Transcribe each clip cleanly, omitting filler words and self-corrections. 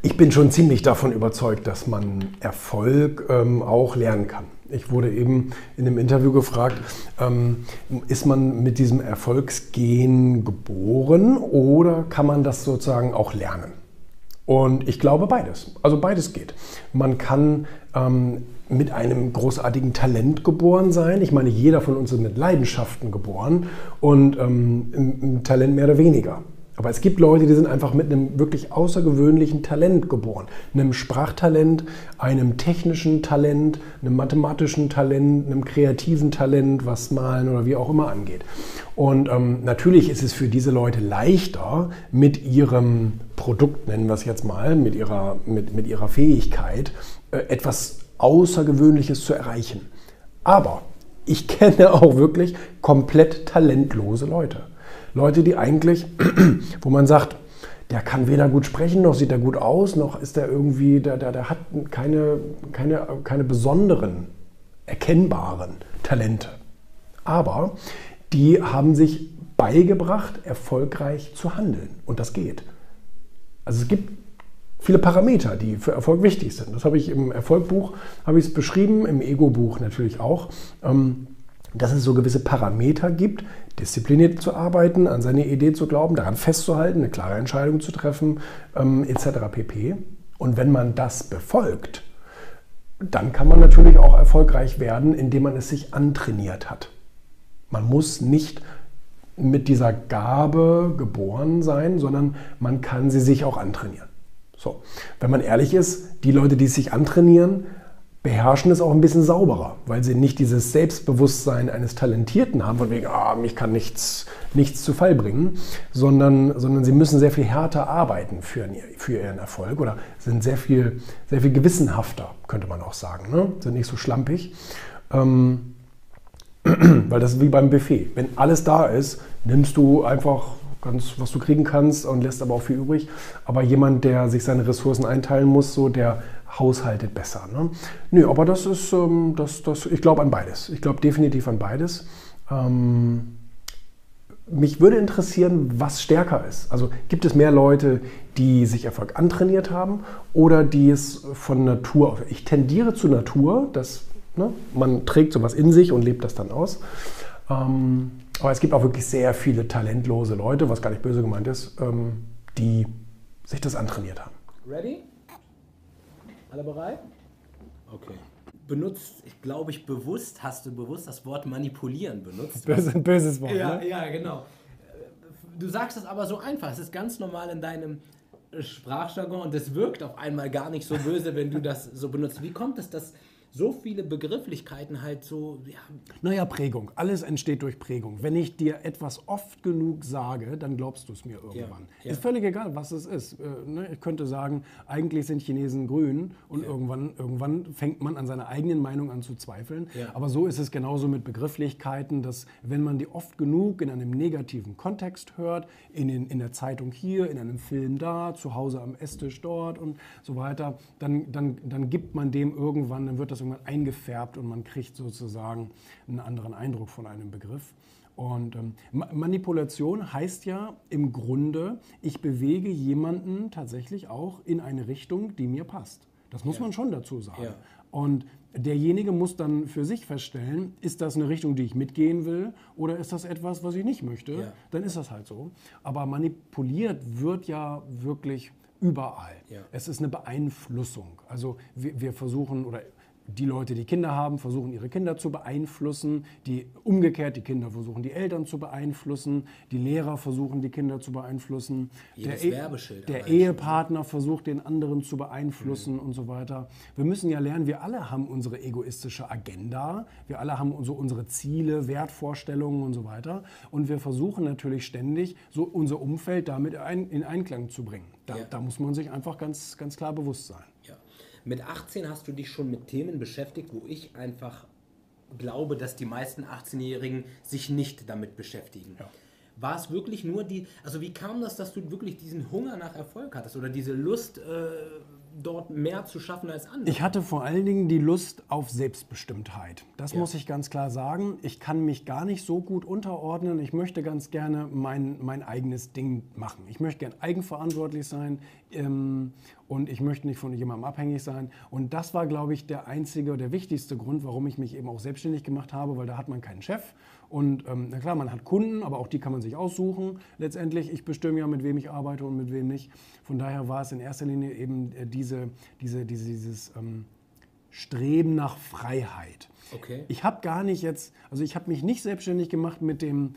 Ich bin schon ziemlich davon überzeugt, dass man Erfolg auch lernen kann. Ich wurde eben in einem Interview gefragt, ist man mit diesem Erfolgsgen geboren oder kann man das sozusagen auch lernen? Und ich glaube beides. Also beides geht. Man kann mit einem großartigen Talent geboren sein. Ich meine, jeder von uns ist mit Leidenschaften geboren und ein Talent mehr oder weniger. Aber es gibt Leute, die sind einfach mit einem wirklich außergewöhnlichen Talent geboren. Einem Sprachtalent, einem technischen Talent, einem mathematischen Talent, einem kreativen Talent, was Malen oder wie auch immer angeht. Und natürlich ist es für diese Leute leichter, mit ihrem Produkt, nennen wir es jetzt mal, mit ihrer Fähigkeit, etwas Außergewöhnliches zu erreichen. Aber ich kenne auch wirklich komplett talentlose Leute. Leute, die eigentlich, wo man sagt, der kann weder gut sprechen, noch sieht er gut aus, noch ist er irgendwie, der hat keine besonderen, erkennbaren Talente. Aber die haben sich beigebracht, erfolgreich zu handeln. Und das geht. Also es gibt viele Parameter, die für Erfolg wichtig sind. Das habe ich im Erfolgbuch beschrieben, im Ego-Buch natürlich auch. Dass es so gewisse Parameter gibt, diszipliniert zu arbeiten, an seine Idee zu glauben, daran festzuhalten, eine klare Entscheidung zu treffen, etc. pp. Und wenn man das befolgt, dann kann man natürlich auch erfolgreich werden, indem man es sich antrainiert hat. Man muss nicht mit dieser Gabe geboren sein, sondern man kann sie sich auch antrainieren. So, wenn man ehrlich ist, die Leute, die es sich antrainieren, beherrschen es auch ein bisschen sauberer, weil sie nicht dieses Selbstbewusstsein eines Talentierten haben, von wegen, mich kann nichts zu Fall bringen, sondern sie müssen sehr viel härter arbeiten für ihren Erfolg oder sind sehr viel gewissenhafter, könnte man auch sagen, ne? Sind nicht so schlampig, weil das ist wie beim Buffet. Wenn alles da ist, nimmst du einfach ganz, was du kriegen kannst und lässt aber auch viel übrig. Aber jemand, der sich seine Ressourcen einteilen muss, so der haushaltet besser. Ne? Nö, aber das ist, ich glaube an beides. Ich glaube definitiv an beides. Mich würde interessieren, was stärker ist. Also gibt es mehr Leute, die sich Erfolg antrainiert haben oder die es von Natur aus? Ich tendiere zu Natur, man trägt sowas in sich und lebt das dann aus. Aber es gibt auch wirklich sehr viele talentlose Leute, was gar nicht böse gemeint ist, die sich das antrainiert haben. Ready? Alle bereit? Okay. Hast du bewusst das Wort manipulieren benutzt? Ein böses Wort, ja, ne? Ja, genau. Du sagst es aber so einfach. Es ist ganz normal in deinem Sprachjargon und es wirkt auf einmal gar nicht so böse, wenn du das so benutzt. Wie kommt es, dass so viele Begrifflichkeiten halt so... Ja. Naja, Prägung. Alles entsteht durch Prägung. Wenn ich dir etwas oft genug sage, dann glaubst du es mir irgendwann. Ja. Ist völlig egal, was es ist. Ich könnte sagen, eigentlich sind Chinesen grün und irgendwann fängt man an seiner eigenen Meinung an zu zweifeln. Ja. Aber so ist es genauso mit Begrifflichkeiten, dass wenn man die oft genug in einem negativen Kontext hört, in der Zeitung hier, in einem Film da, zu Hause am Esstisch dort und so weiter, dann gibt man dem irgendwann, dann wird das irgendwann eingefärbt und man kriegt sozusagen einen anderen Eindruck von einem Begriff. Und Manipulation heißt ja im Grunde, ich bewege jemanden tatsächlich auch in eine Richtung, die mir passt. Das muss man schon dazu sagen. Ja. Und derjenige muss dann für sich feststellen, ist das eine Richtung, die ich mitgehen will oder ist das etwas, was ich nicht möchte? Ja. Dann ist das halt so. Aber manipuliert wird ja wirklich überall. Ja. Es ist eine Beeinflussung. Also wir versuchen, oder die Leute, die Kinder haben, versuchen ihre Kinder zu beeinflussen, umgekehrt die Kinder versuchen die Eltern zu beeinflussen, die Lehrer versuchen die Kinder zu beeinflussen, der Ehepartner versucht den anderen zu beeinflussen und so weiter. Wir müssen ja lernen, wir alle haben unsere egoistische Agenda, wir alle haben so unsere Ziele, Wertvorstellungen und so weiter und wir versuchen natürlich ständig, so unser Umfeld damit in Einklang zu bringen. Da muss man sich einfach ganz, ganz klar bewusst sein. Ja. Mit 18 hast du dich schon mit Themen beschäftigt, wo ich einfach glaube, dass die meisten 18-Jährigen sich nicht damit beschäftigen. Ja. War es wirklich nur wie kam das, dass du wirklich diesen Hunger nach Erfolg hattest oder diese Lust, dort mehr zu schaffen als andere? Ich hatte vor allen Dingen die Lust auf Selbstbestimmtheit. Das muss ich ganz klar sagen. Ich kann mich gar nicht so gut unterordnen. Ich möchte ganz gerne mein eigenes Ding machen. Ich möchte gerne eigenverantwortlich sein. Und ich möchte nicht von jemandem abhängig sein. Und das war, glaube ich, der einzige, der wichtigste Grund, warum ich mich eben auch selbstständig gemacht habe, weil da hat man keinen Chef. Und na klar, man hat Kunden, aber auch die kann man sich aussuchen. Letztendlich, ich bestimme ja, mit wem ich arbeite und mit wem nicht. Von daher war es in erster Linie eben dieses Streben nach Freiheit. Okay. Ich habe gar nicht jetzt, also ich habe mich nicht selbstständig gemacht mit dem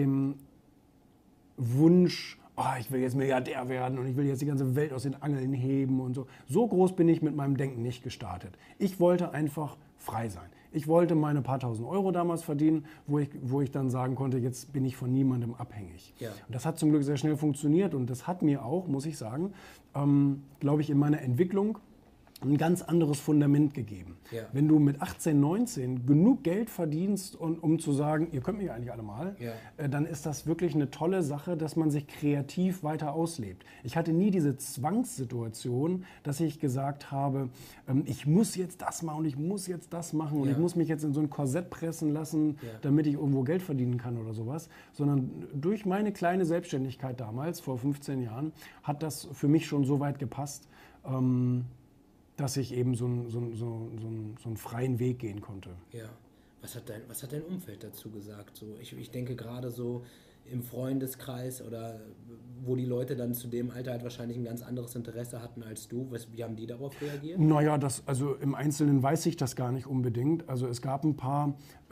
Wunsch, oh, ich will jetzt Milliardär werden und ich will jetzt die ganze Welt aus den Angeln heben und so. So groß bin ich mit meinem Denken nicht gestartet. Ich wollte einfach frei sein. Ich wollte meine paar tausend Euro damals verdienen, wo ich dann sagen konnte, jetzt bin ich von niemandem abhängig. Ja. Und das hat zum Glück sehr schnell funktioniert und das hat mir auch, muss ich sagen, glaube ich, in meiner Entwicklung ein ganz anderes Fundament gegeben. Ja. Wenn du mit 18, 19 genug Geld verdienst, um zu sagen, ihr könnt mich eigentlich alle mal, dann ist das wirklich eine tolle Sache, dass man sich kreativ weiter auslebt. Ich hatte nie diese Zwangssituation, dass ich gesagt habe, ich muss jetzt das machen und ich muss jetzt das machen und ich muss mich jetzt in so ein Korsett pressen lassen, damit ich irgendwo Geld verdienen kann oder sowas, sondern durch meine kleine Selbstständigkeit damals, vor 15 Jahren, hat das für mich schon so weit gepasst, dass ich eben so einen freien Weg gehen konnte. Ja. Was hat dein Umfeld dazu gesagt? So, ich denke gerade so im Freundeskreis oder wo die Leute dann zu dem Alter halt wahrscheinlich ein ganz anderes Interesse hatten als du. Wie haben die darauf reagiert? Naja, also im Einzelnen weiß ich das gar nicht unbedingt. Also es gab ein paar,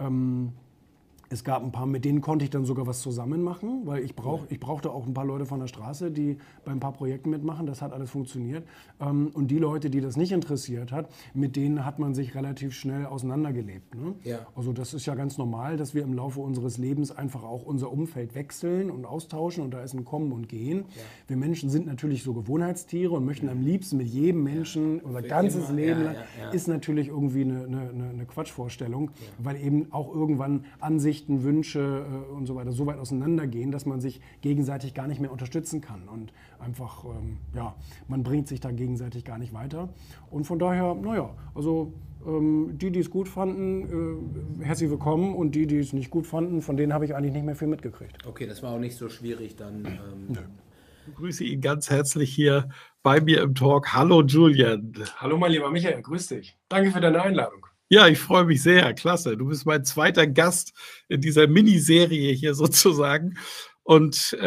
mit denen konnte ich dann sogar was zusammen machen, weil ich brauchte auch ein paar Leute von der Straße, die bei ein paar Projekten mitmachen. Das hat alles funktioniert. Und die Leute, die das nicht interessiert hat, mit denen hat man sich relativ schnell auseinandergelebt. Ne? Ja. Also das ist ja ganz normal, dass wir im Laufe unseres Lebens einfach auch unser Umfeld wechseln und austauschen und da ist ein Kommen und Gehen. Ja. Wir Menschen sind natürlich so Gewohnheitstiere und möchten am liebsten mit jedem Menschen, unser ganzes Leben lang, ist natürlich irgendwie eine Quatschvorstellung, weil eben auch irgendwann Ansichten, Wünsche und so weiter so weit auseinandergehen, dass man sich gegenseitig gar nicht mehr unterstützen kann und einfach, man bringt sich da gegenseitig gar nicht weiter. Und von daher, also die es gut fanden, herzlich willkommen und die es nicht gut fanden, von denen habe ich eigentlich nicht mehr viel mitgekriegt. Okay, das war auch nicht so schwierig dann. Nö. Ich begrüße ihn ganz herzlich hier bei mir im Talk. Hallo Julian. Hallo mein lieber Michael, grüß dich. Danke für deine Einladung. Ja, ich freue mich sehr. Klasse. Du bist mein zweiter Gast in dieser Miniserie hier sozusagen. Und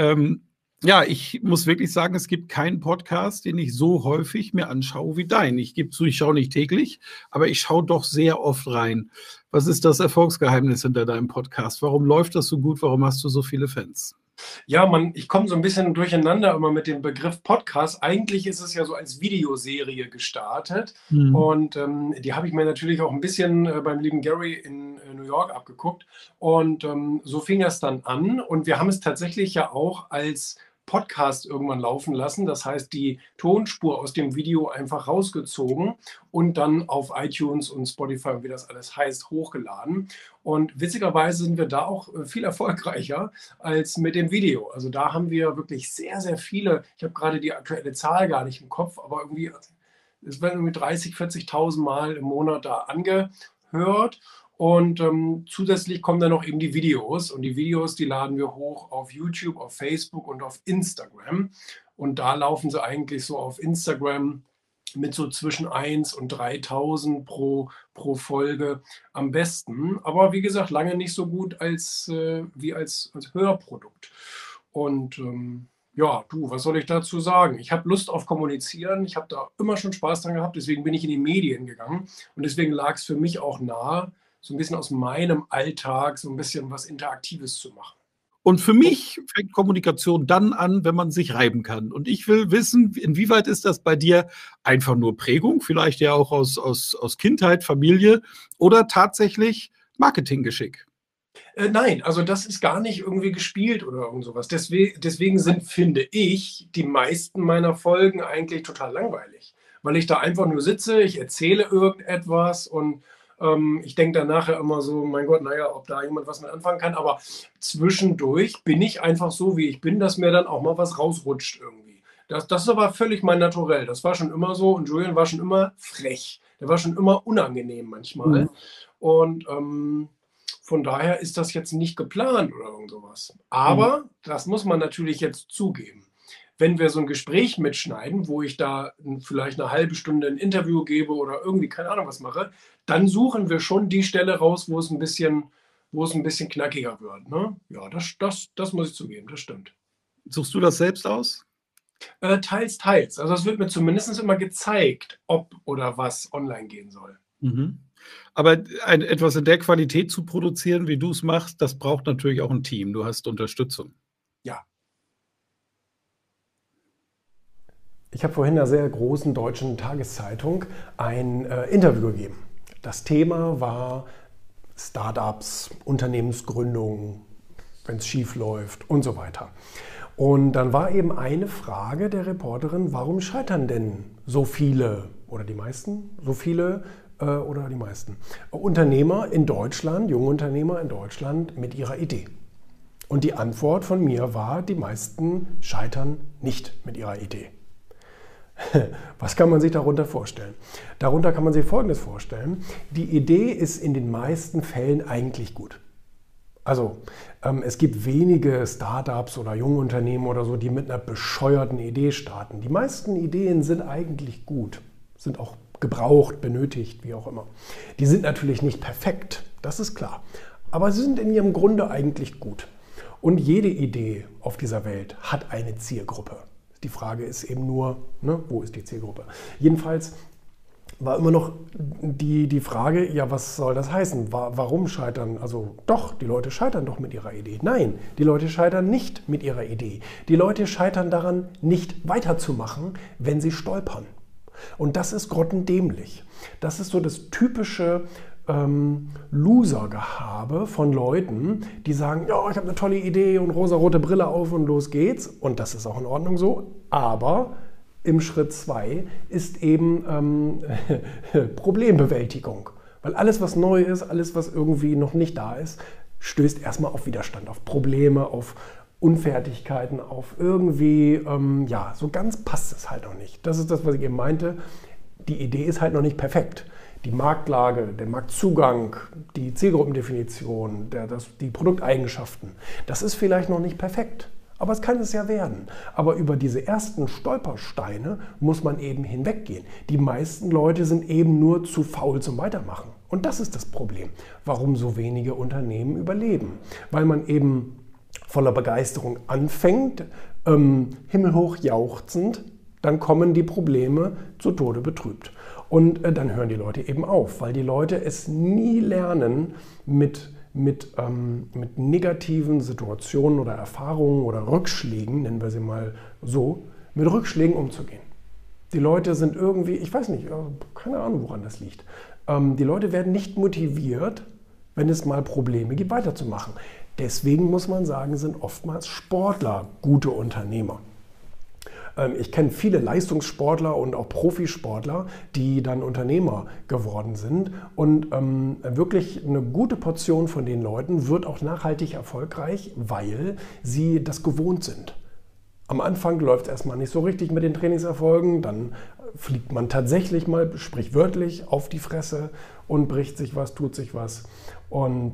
ich muss wirklich sagen, es gibt keinen Podcast, den ich so häufig mir anschaue wie dein. Ich gebe zu, ich schaue nicht täglich, aber ich schaue doch sehr oft rein. Was ist das Erfolgsgeheimnis hinter deinem Podcast? Warum läuft das so gut? Warum hast du so viele Fans? Ja, ich komme so ein bisschen durcheinander immer mit dem Begriff Podcast. Eigentlich ist es ja so als Videoserie gestartet und die habe ich mir natürlich auch ein bisschen beim lieben Gary in New York abgeguckt und so fing das dann an und wir haben es tatsächlich ja auch als Podcast irgendwann laufen lassen. Das heißt, die Tonspur aus dem Video einfach rausgezogen und dann auf iTunes und Spotify, wie das alles heißt, hochgeladen. Und witzigerweise sind wir da auch viel erfolgreicher als mit dem Video. Also da haben wir wirklich sehr, sehr viele, ich habe gerade die aktuelle Zahl gar nicht im Kopf, aber irgendwie, es werden irgendwie 30.000, 40.000 Mal im Monat da angehört. Und zusätzlich kommen dann noch eben die Videos. Und die Videos, die laden wir hoch auf YouTube, auf Facebook und auf Instagram. Und da laufen sie eigentlich so auf Instagram mit so zwischen 1.000 und 3.000 pro Folge am besten. Aber wie gesagt, lange nicht so gut als Hörprodukt. Und was soll ich dazu sagen? Ich habe Lust auf Kommunizieren. Ich habe da immer schon Spaß dran gehabt. Deswegen bin ich in die Medien gegangen. Und deswegen lag es für mich auch nahe, so ein bisschen aus meinem Alltag so ein bisschen was Interaktives zu machen. Und für mich fängt Kommunikation dann an, wenn man sich reiben kann. Und ich will wissen, inwieweit ist das bei dir einfach nur Prägung, vielleicht ja auch aus Kindheit, Familie oder tatsächlich Marketinggeschick? Nein, also das ist gar nicht irgendwie gespielt oder irgend sowas. Deswegen sind, finde ich, die meisten meiner Folgen eigentlich total langweilig. Weil ich da einfach nur sitze, ich erzähle irgendetwas und ich denke dann nachher immer so, mein Gott, ob da jemand was mit anfangen kann. Aber zwischendurch bin ich einfach so, wie ich bin, dass mir dann auch mal was rausrutscht irgendwie. Das ist aber völlig mein Naturell. Das war schon immer so und Julian war schon immer frech. Der war schon immer unangenehm manchmal. Und von daher ist das jetzt nicht geplant oder irgend sowas. Aber das muss man natürlich jetzt zugeben. wenn wir so ein Gespräch mitschneiden, wo ich da vielleicht eine halbe Stunde ein Interview gebe oder irgendwie, keine Ahnung, was mache, dann suchen wir schon die Stelle raus, wo es ein bisschen knackiger wird. Ne? Ja, das muss ich zugeben, das stimmt. Suchst du das selbst aus? Teils, teils. Also es wird mir zumindest immer gezeigt, ob oder was online gehen soll. Mhm. Aber etwas in der Qualität zu produzieren, wie du es machst, das braucht natürlich auch ein Team. Du hast Unterstützung. Ja. Ich habe vorhin einer sehr großen deutschen Tageszeitung ein Interview gegeben. Das Thema war Startups, Unternehmensgründung, wenn es schief läuft und so weiter. Und dann war eben eine Frage der Reporterin, warum scheitern denn so viele oder die meisten, Unternehmer in Deutschland, junge Unternehmer in Deutschland mit ihrer Idee? Und die Antwort von mir war, die meisten scheitern nicht mit ihrer Idee. Was kann man sich darunter vorstellen? Darunter kann man sich Folgendes vorstellen. Die Idee ist in den meisten Fällen eigentlich gut. Also es gibt wenige Startups oder junge Unternehmen oder so, die mit einer bescheuerten Idee starten. Die meisten Ideen sind eigentlich gut, sind auch gebraucht, benötigt, wie auch immer. Die sind natürlich nicht perfekt, das ist klar. Aber sie sind in ihrem Grunde eigentlich gut. Und jede Idee auf dieser Welt hat eine Zielgruppe. Die Frage ist eben nur, ne, wo ist die Zielgruppe? Jedenfalls war immer noch die Frage, ja, was soll das heißen? Warum scheitern? Also doch, die Leute scheitern doch mit ihrer Idee. Nein, die Leute scheitern nicht mit ihrer Idee. Die Leute scheitern daran, nicht weiterzumachen, wenn sie stolpern. Und das ist grottendämlich. Das ist so das typische Loser-Gehabe von Leuten, die sagen, ja, ich habe eine tolle Idee und rosarote Brille auf und los geht's. Und das ist auch in Ordnung so. Aber im Schritt 2 ist eben Problembewältigung. Weil alles, was neu ist, alles, was irgendwie noch nicht da ist, stößt erstmal auf Widerstand, auf Probleme, auf Unfertigkeiten, auf irgendwie, so ganz passt es halt noch nicht. Das ist das, was ich eben meinte. Die Idee ist halt noch nicht perfekt. Die Marktlage, der Marktzugang, die Zielgruppendefinition, die Produkteigenschaften, das ist vielleicht noch nicht perfekt. Aber es kann es ja werden. Aber über diese ersten Stolpersteine muss man eben hinweggehen. Die meisten Leute sind eben nur zu faul zum Weitermachen. Und das ist das Problem, warum so wenige Unternehmen überleben. Weil man eben voller Begeisterung anfängt, himmelhoch jauchzend, dann kommen die Probleme zu Tode betrübt. Und dann hören die Leute eben auf, weil die Leute es nie lernen, mit negativen Situationen oder Erfahrungen oder Rückschlägen, nennen wir sie mal so, mit Rückschlägen umzugehen. Die Leute sind irgendwie, ich weiß nicht, keine Ahnung, woran das liegt. Die Leute werden nicht motiviert, wenn es mal Probleme gibt, weiterzumachen. Deswegen muss man sagen, sind oftmals Sportler gute Unternehmer. Ich kenne viele Leistungssportler und auch Profisportler, die dann Unternehmer geworden sind. Und wirklich eine gute Portion von den Leuten wird auch nachhaltig erfolgreich, weil sie das gewohnt sind. Am Anfang läuft es erstmal nicht so richtig mit den Trainingserfolgen, dann fliegt man tatsächlich mal sprichwörtlich auf die Fresse und bricht sich was, tut sich was. Und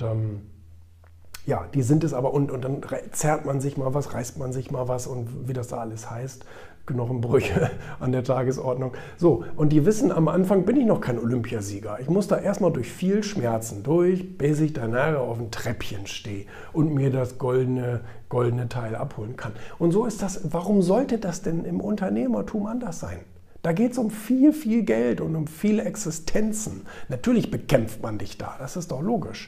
die sind es aber und dann zerrt man sich mal was, reißt man sich mal was und wie das da alles heißt, Knochenbrüche an der Tagesordnung. So, und die wissen, am Anfang bin ich noch kein Olympiasieger. Ich muss da erstmal durch viel Schmerzen durch, bis ich danach auf dem Treppchen stehe und mir das goldene Teil abholen kann. Und so ist das, warum sollte das denn im Unternehmertum anders sein? Da geht es um viel, viel Geld und um viele Existenzen. Natürlich bekämpft man dich da, das ist doch logisch.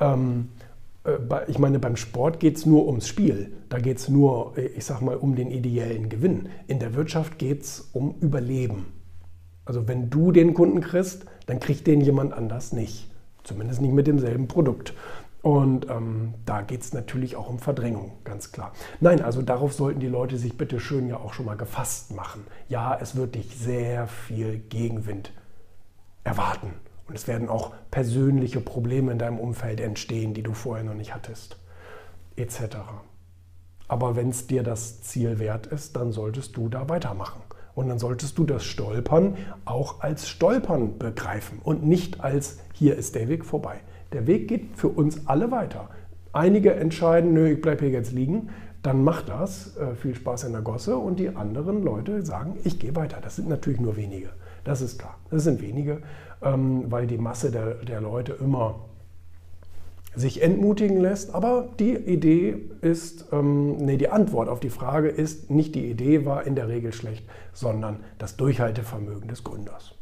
Ich meine, beim Sport geht es nur ums Spiel. Da geht es nur, ich sag mal, um den ideellen Gewinn. In der Wirtschaft geht es um Überleben. Also wenn du den Kunden kriegst, dann kriegt den jemand anders nicht. Zumindest nicht mit demselben Produkt. Und da geht es natürlich auch um Verdrängung, ganz klar. Nein, also darauf sollten die Leute sich bitte schön ja auch schon mal gefasst machen. Ja, es wird dich sehr viel Gegenwind erwarten. Und es werden auch persönliche Probleme in deinem Umfeld entstehen, die du vorher noch nicht hattest, etc. Aber wenn es dir das Ziel wert ist, dann solltest du da weitermachen. Und dann solltest du das Stolpern auch als Stolpern begreifen und nicht als, hier ist der Weg vorbei. Der Weg geht für uns alle weiter. Einige entscheiden, nö, ich bleibe hier jetzt liegen. dann macht das, viel Spaß in der Gosse, und die anderen Leute sagen, ich gehe weiter. Das sind natürlich nur wenige, das ist klar. Das sind wenige, weil die Masse der Leute immer sich entmutigen lässt. Aber die Idee ist, die Antwort auf die Frage ist, nicht die Idee war in der Regel schlecht, sondern das Durchhaltevermögen des Gründers.